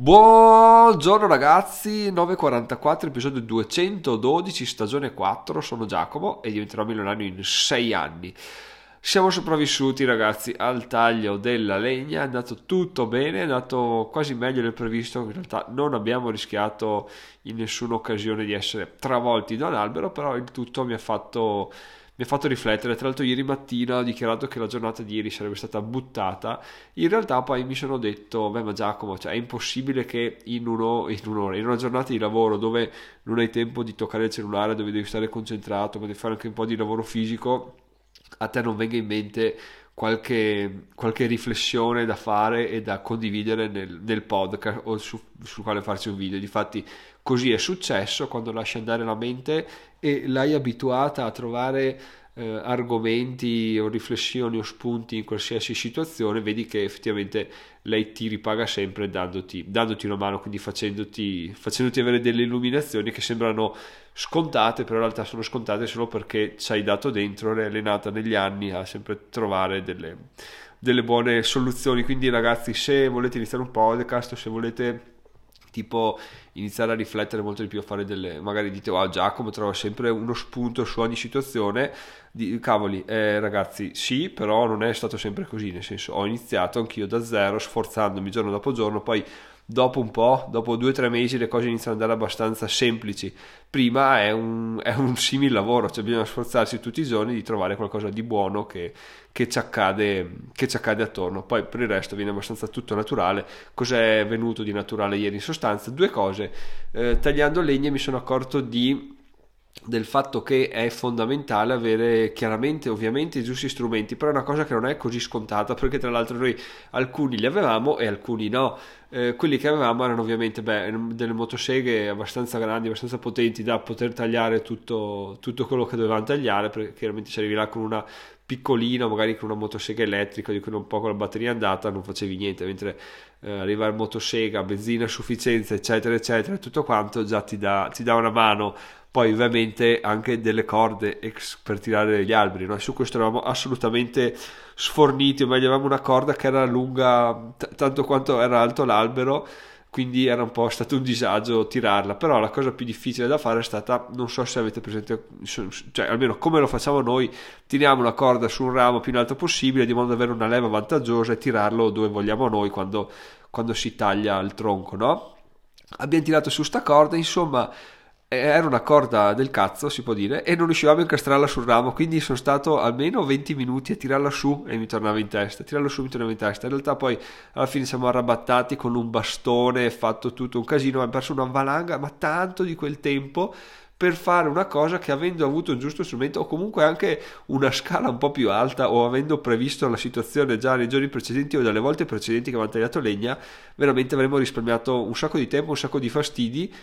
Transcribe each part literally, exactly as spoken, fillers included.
Buongiorno ragazzi, nove e quarantaquattro, episodio duecentododici, stagione quattro, sono Giacomo e diventerò milionario in sei anni. Siamo sopravvissuti ragazzi al taglio della legna, è andato tutto bene, è andato quasi meglio del previsto, in realtà non abbiamo rischiato in nessuna occasione di essere travolti da un albero, però il tutto mi ha fatto... Mi ha fatto riflettere. Tra l'altro ieri mattina ho dichiarato che la giornata di ieri sarebbe stata buttata. In realtà poi mi sono detto, beh ma Giacomo, cioè, è impossibile che in, uno, in un'ora, in una giornata di lavoro dove non hai tempo di toccare il cellulare, dove devi stare concentrato, dove devi fare anche un po' di lavoro fisico, a te non venga in mente qualche, qualche riflessione da fare e da condividere nel, nel podcast o su, sul quale farci un video. Difatti così è successo quando lasci andare la mente e l'hai abituata a trovare eh, argomenti o riflessioni o spunti in qualsiasi situazione, vedi che effettivamente lei ti ripaga sempre dandoti, dandoti una mano, quindi facendoti, facendoti avere delle illuminazioni che sembrano scontate, però in realtà sono scontate solo perché ci hai dato dentro, l'hai allenata negli anni a sempre trovare delle, delle buone soluzioni. Quindi ragazzi, se volete iniziare un podcast o se volete tipo iniziare a riflettere molto di più, a fare delle, magari dite wow Giacomo trova sempre uno spunto su ogni situazione, di, cavoli eh, ragazzi sì, però non è stato sempre così, nel senso ho iniziato anch'io da zero sforzandomi giorno dopo giorno, poi dopo un po', dopo due o tre mesi le cose iniziano ad andare abbastanza semplici. Prima è un, è un simile lavoro, cioè bisogna sforzarsi tutti i giorni di trovare qualcosa di buono che, che, ci accade, che ci accade attorno. Poi per il resto viene abbastanza tutto naturale. Cos'è venuto di naturale ieri? In sostanza due cose. Eh, tagliando legna mi sono accorto di del fatto che è fondamentale avere chiaramente ovviamente i giusti strumenti, però è una cosa che non è così scontata, perché tra l'altro noi alcuni li avevamo e alcuni no. Eh, quelli che avevamo erano ovviamente beh, delle motoseghe abbastanza grandi, abbastanza potenti da poter tagliare tutto, tutto quello che dovevamo tagliare, perché chiaramente se arrivi là con una piccolina, magari con una motosega elettrica di cui un po' con la batteria andata non facevi niente, mentre eh, arrivare motosega, benzina a sufficienza eccetera eccetera, tutto quanto già ti dà, ti dà una mano. Poi ovviamente anche delle corde per tirare gli alberi, noi su questo eravamo assolutamente sforniti, o meglio avevamo una corda che era lunga t- tanto quanto era alto l'albero, quindi era un po' stato un disagio tirarla. Però la cosa più difficile da fare è stata, non so se avete presente, cioè almeno come lo facciamo noi, tiriamo la corda su un ramo più in alto possibile di modo da avere una leva vantaggiosa e tirarlo dove vogliamo noi quando, quando si taglia il tronco, no? Abbiamo tirato su sta corda, insomma era una corda del cazzo si può dire, e non riuscivamo a incastrarla sul ramo, quindi sono stato almeno venti minuti a tirarla su e mi tornava in testa, tirarla su e mi tornava in testa. In realtà poi alla fine siamo arrabattati con un bastone, fatto tutto un casino, abbiamo perso una valanga, ma tanto di quel tempo per fare una cosa che, avendo avuto un giusto strumento o comunque anche una scala un po' più alta, o avendo previsto la situazione già nei giorni precedenti o dalle volte precedenti che avevamo tagliato legna, veramente avremmo risparmiato un sacco di tempo, un sacco di fastidi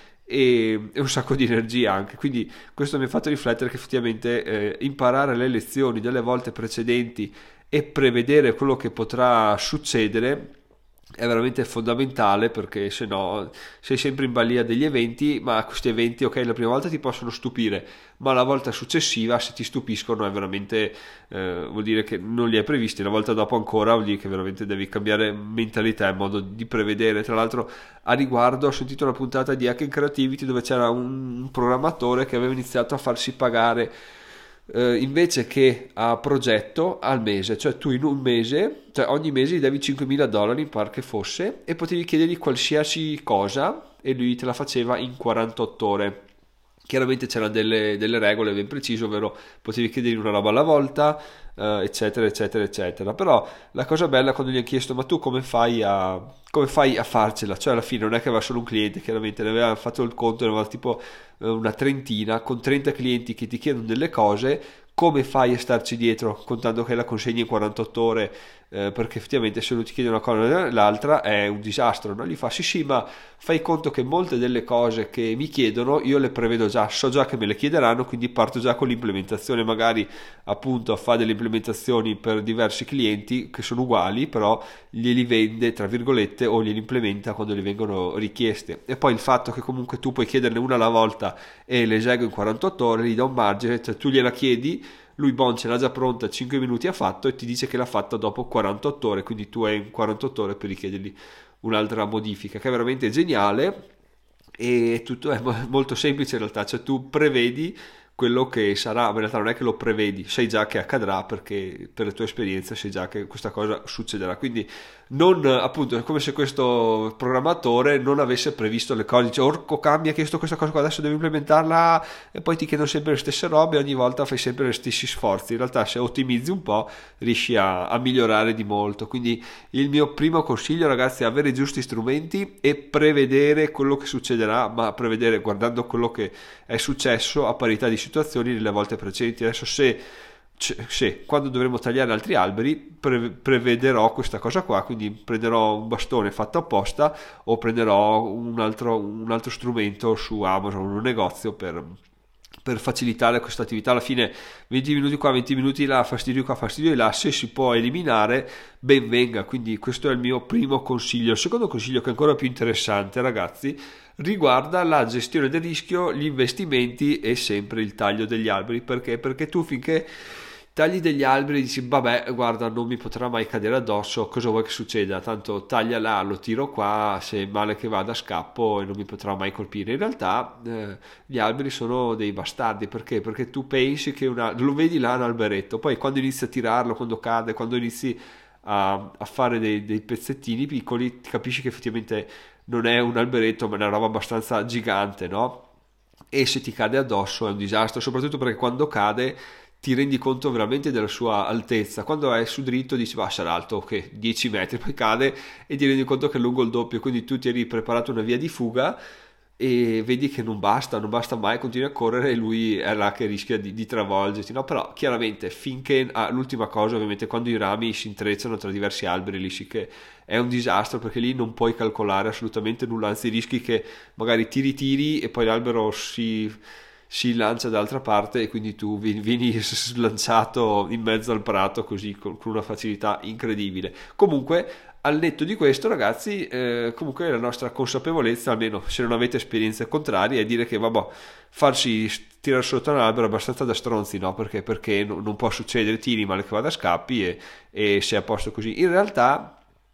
e, e un sacco di energia anche. Quindi questo mi ha fatto riflettere che effettivamente eh, imparare le lezioni delle volte precedenti e prevedere quello che potrà succedere è veramente fondamentale, perché se no sei sempre in balia degli eventi. Ma questi eventi, ok, la prima volta ti possono stupire, ma la volta successiva, se ti stupiscono, è veramente eh, vuol dire che non li hai previsti. La volta dopo ancora vuol dire che veramente devi cambiare mentalità in modo di prevedere. Tra l'altro a riguardo ho sentito una puntata di Hack and Creativity dove c'era un, un programmatore che aveva iniziato a farsi pagare Uh, invece che a progetto al mese, cioè tu in un mese, cioè ogni mese gli devi cinquemila dollari, in par che fosse, e potevi chiedergli qualsiasi cosa e lui te la faceva in quarantotto ore. Chiaramente c'erano delle, delle regole ben precise, ovvero potevi chiedergli una roba alla volta, uh, eccetera eccetera eccetera. Però la cosa bella, quando gli ho chiesto ma tu come fai a come fai a farcela, cioè alla fine non è che aveva solo un cliente, chiaramente ne aveva fatto il conto, ne aveva tipo una trentina, con trenta clienti che ti chiedono delle cose, come fai a starci dietro contando che la consegni in quarantotto ore? Eh, perché effettivamente se lui ti chiede una cosa e l'altra è un disastro, no? Gli fa sì sì, ma fai conto che molte delle cose che mi chiedono io le prevedo già, so già che me le chiederanno, quindi parto già con l'implementazione. Magari appunto fa delle implementazioni per diversi clienti che sono uguali, però glieli vende tra virgolette o glieli implementa quando gli vengono richieste. E poi il fatto che comunque tu puoi chiederne una alla volta e le esegue in quarantotto ore gli dà un margine, cioè tu gliela chiedi, lui bon ce l'ha già pronta, cinque minuti ha fatto e ti dice che l'ha fatta dopo quarantotto ore, quindi tu hai quarantotto ore per richiedergli un'altra modifica che è veramente geniale. E tutto è mo- molto semplice in realtà, cioè tu prevedi quello che sarà, ma in realtà non è che lo prevedi, sai già che accadrà perché per le tue esperienze sai già che questa cosa succederà, quindi non, appunto, è come se questo programmatore non avesse previsto le cose, dice orco cambia, ha chiesto questa cosa qua, adesso devo implementarla e poi ti chiedono sempre le stesse robe, ogni volta fai sempre gli stessi sforzi, in realtà se ottimizzi un po' riesci a, a migliorare di molto, quindi il mio primo consiglio ragazzi è avere i giusti strumenti e prevedere quello che succederà, ma prevedere guardando quello che è successo a parità di situazioni nelle volte precedenti. Adesso se, se quando dovremo tagliare altri alberi pre, prevederò questa cosa qua, quindi prenderò un bastone fatto apposta o prenderò un altro, un altro strumento su Amazon, un negozio per per facilitare questa attività. Alla fine venti minuti qua, venti minuti là, fastidio qua, fastidio di là, se si può eliminare ben venga. Quindi questo è il mio primo consiglio. Il secondo consiglio, che è ancora più interessante ragazzi, riguarda la gestione del rischio, gli investimenti e sempre il taglio degli alberi. Perché? Perché tu finché tagli degli alberi dici vabbè guarda non mi potrà mai cadere addosso, cosa vuoi che succeda, tanto taglia là, lo tiro qua, se male che vada scappo e non mi potrà mai colpire. In realtà eh, gli alberi sono dei bastardi. Perché? Perché tu pensi che una... lo vedi là un alberetto, poi quando inizi a tirarlo, quando cade, quando inizi a, a fare dei, dei pezzettini piccoli, capisci che effettivamente non è un alberetto ma è una roba abbastanza gigante, no? E se ti cade addosso è un disastro, soprattutto perché quando cade ti rendi conto veramente della sua altezza. Quando è su dritto dici va sarà alto che dieci metri, poi cade e ti rendi conto che è lungo il doppio, quindi tu ti eri preparato una via di fuga e vedi che non basta, non basta mai, continui a correre e lui è là che rischia di, di travolgerti, no? Però chiaramente finché, ah, l'ultima cosa ovviamente quando i rami si intrecciano tra diversi alberi, lì sì che è un disastro, perché lì non puoi calcolare assolutamente nulla, anzi rischi che magari tiri tiri e poi l'albero si si lancia dall'altra parte e quindi tu vieni, vieni slanciato in mezzo al prato così con, con una facilità incredibile. Comunque al netto di questo ragazzi, eh, comunque la nostra consapevolezza, almeno se non avete esperienze contrarie, è dire che vabbè, farsi tirare sotto un albero è abbastanza da stronzi, no? Perché, perché non, non può succedere, tiri male che vada a scappi e, e sei a posto così. In realtà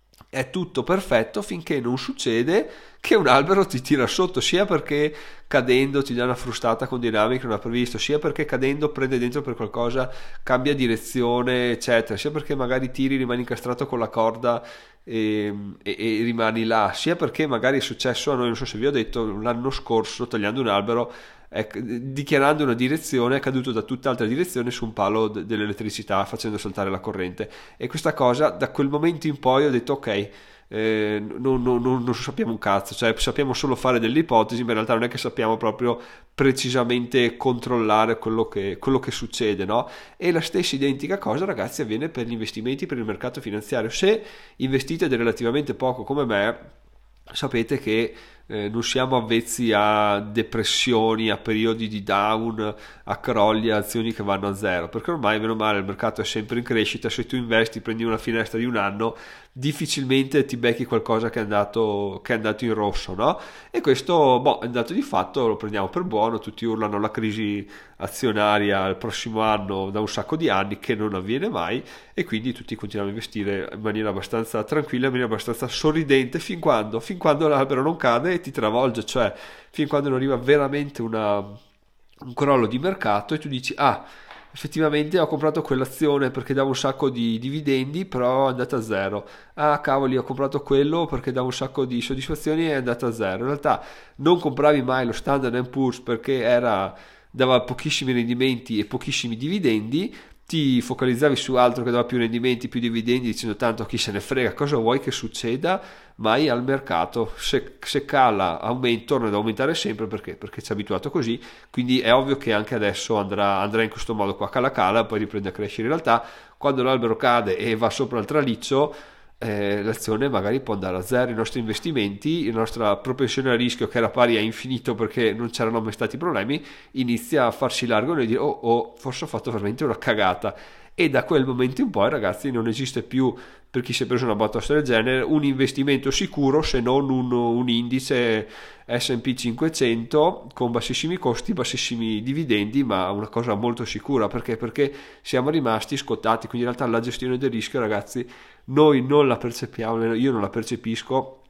è tutto perfetto finché non succede che un albero ti tira sotto, sia perché cadendo ti dà una frustata con dinamica che non ha previsto, sia perché cadendo prende dentro per qualcosa, cambia direzione eccetera, sia perché magari tiri, rimani incastrato con la corda e, e, e rimani là, sia perché magari è successo a noi, non so se vi ho detto, l'anno scorso tagliando un albero, è, dichiarando una direzione, è caduto da tutt'altra direzione su un palo de- dell'elettricità facendo saltare la corrente. E questa cosa da quel momento in poi ho detto ok, eh, non, non, non, non sappiamo un cazzo, cioè sappiamo solo fare delle ipotesi, ma in realtà non è che sappiamo proprio precisamente controllare quello che, quello che succede, no? E la stessa identica cosa ragazzi avviene per gli investimenti, per il mercato finanziario. Se investite relativamente poco come me, sapete che eh, non siamo avvezzi a depressioni, a periodi di down, a crolli, a azioni che vanno a zero, perché ormai meno male il mercato è sempre in crescita. Se tu investi, prendi una finestra di un anno, difficilmente ti becchi qualcosa che è andato, che è andato in rosso, no? E questo boh, è un dato di fatto, lo prendiamo per buono. Tutti urlano la crisi azionaria il prossimo anno da un sacco di anni, che non avviene mai, e quindi tutti continuiamo a investire in maniera abbastanza tranquilla, in maniera abbastanza sorridente, fin quando, fin quando l'albero non cade e ti travolge, cioè fin quando non arriva veramente una, un crollo di mercato e tu dici ah, effettivamente ho comprato quell'azione perché dava un sacco di dividendi però è andata a zero, ah cavoli ho comprato quello perché dava un sacco di soddisfazioni e è andata a zero. In realtà non compravi mai lo Standard and Poor's perché era, dava pochissimi rendimenti e pochissimi dividendi, ti focalizzavi su altro che dava più rendimenti, più dividendi, dicendo tanto chi se ne frega, cosa vuoi che succeda mai al mercato, se, se cala aumenta, torna ad aumentare sempre, perché perché ci è abituato così, quindi è ovvio che anche adesso andrà, andrà in questo modo qua, cala cala poi riprende a crescere. In realtà quando l'albero cade e va sopra il traliccio, eh, l'azione magari può andare a zero, i nostri investimenti, la nostra propensione a rischio che era pari a infinito perché non c'erano mai stati problemi, inizia a farsi largo e noi dire oh, oh forse ho fatto veramente una cagata. E da quel momento in poi ragazzi non esiste più, per chi si è preso una batosta del genere, un investimento sicuro se non un, un indice S and P cinquecento con bassissimi costi, bassissimi dividendi, ma una cosa molto sicura. Perché? Perché siamo rimasti scottati. Quindi in realtà la gestione del rischio ragazzi noi non la percepiamo, io non la percepisco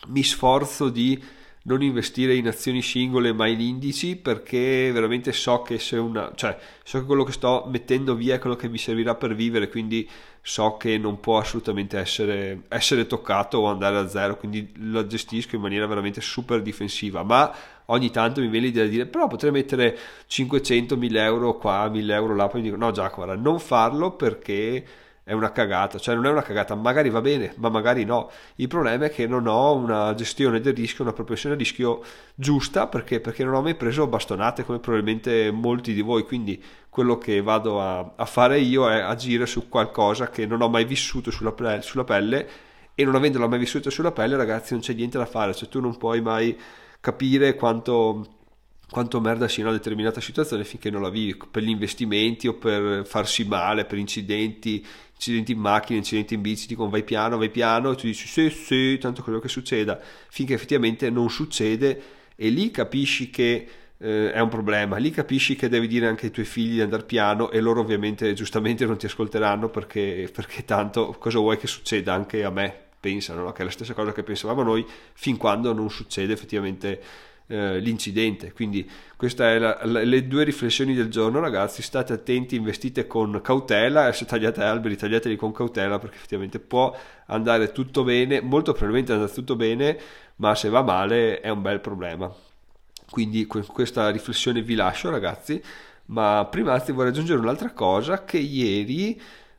mi sforzo di non investire in azioni singole ma in indici, perché veramente so che se una, cioè so che quello che sto mettendo via è quello che mi servirà per vivere, quindi so che non può assolutamente essere, essere toccato o andare a zero, quindi lo gestisco in maniera veramente super difensiva. Ma ogni tanto mi viene l'idea di dire però potrei mettere cinquecento, mille euro qua, mille euro là, poi dico no Giacomo, guarda, non farlo perché è una cagata, cioè non è una cagata, magari va bene, ma magari no. Il problema è che non ho una gestione del rischio, una propensione a rischio giusta, perché, perché non ho mai preso bastonate come probabilmente molti di voi, quindi quello che vado a, a fare io è agire su qualcosa che non ho mai vissuto sulla, pe- sulla pelle, e non avendolo mai vissuto sulla pelle, ragazzi, non c'è niente da fare, cioè tu non puoi mai capire quanto quanto merda sia una determinata situazione finché non la vivi, per gli investimenti o per farsi male, per incidenti, incidenti in macchina, incidenti in bici, dicono vai piano, vai piano, e tu dici sì, sì, tanto quello che succeda, finché effettivamente non succede, e lì capisci che eh, è un problema, lì capisci che devi dire anche ai tuoi figli di andare piano, e loro ovviamente giustamente non ti ascolteranno, perché, perché tanto cosa vuoi che succeda anche a me, pensano, no? Che è la stessa cosa che pensavamo noi, fin quando non succede effettivamente eh, l'incidente. Quindi queste sono le due riflessioni del giorno, ragazzi: state attenti, investite con cautela, e se tagliate alberi tagliateli con cautela, perché effettivamente può andare tutto bene, molto probabilmente andrà tutto bene, ma se va male è un bel problema. Quindi con questa riflessione vi lascio, ragazzi, ma prima anzi vorrei aggiungere un'altra cosa: che ieri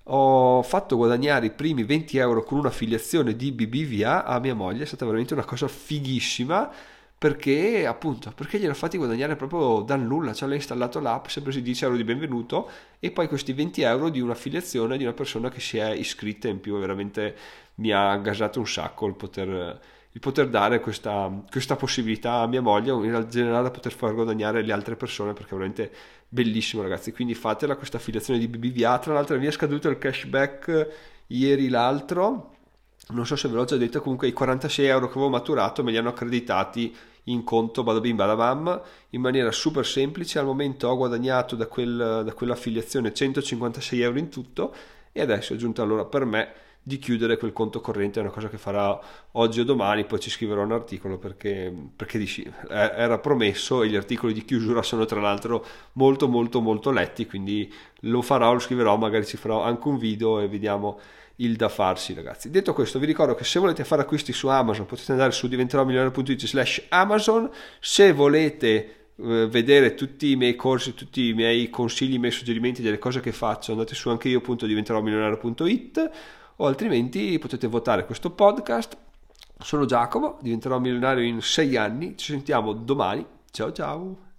ho fatto guadagnare i primi venti euro con un'affiliazione di B B V A a mia moglie. È stata veramente una cosa fighissima, perché appunto perché gliel'ho fatti guadagnare proprio dal nulla, cioè l'ho installato l'app, si è preso dieci euro di benvenuto, e poi questi venti euro di un'affiliazione di una persona che si è iscritta in più. Veramente mi ha gasato un sacco il poter, il poter dare questa, questa possibilità a mia moglie, in generale da poter far guadagnare le altre persone, perché è veramente bellissimo, ragazzi. Quindi fatela questa affiliazione di B B V A. Tra l'altro mi è scaduto il cashback ieri l'altro, non so se ve l'ho già detto, comunque i quarantasei euro che avevo maturato me li hanno accreditati in conto badabim badabam in maniera super semplice. Al momento ho guadagnato da, quel, da quell'affiliazione centocinquantasei euro in tutto, e adesso è giunta l'ora per me di chiudere quel conto corrente. È una cosa che farò oggi o domani, poi ci scriverò un articolo, perché, perché dici, era promesso, e gli articoli di chiusura sono tra l'altro molto molto molto letti, quindi lo farò, lo scriverò, magari ci farò anche un video e vediamo il da farsi, ragazzi. Detto questo, vi ricordo che se volete fare acquisti su Amazon potete andare su diventerò milionario punto it slash Amazon. Se volete eh, vedere tutti i miei corsi, tutti i miei consigli, i miei suggerimenti delle cose che faccio, andate su anche io punto diventerò milionario punto it, o altrimenti potete votare questo podcast. Sono Giacomo, diventerò milionario in sei anni, ci sentiamo domani, ciao ciao.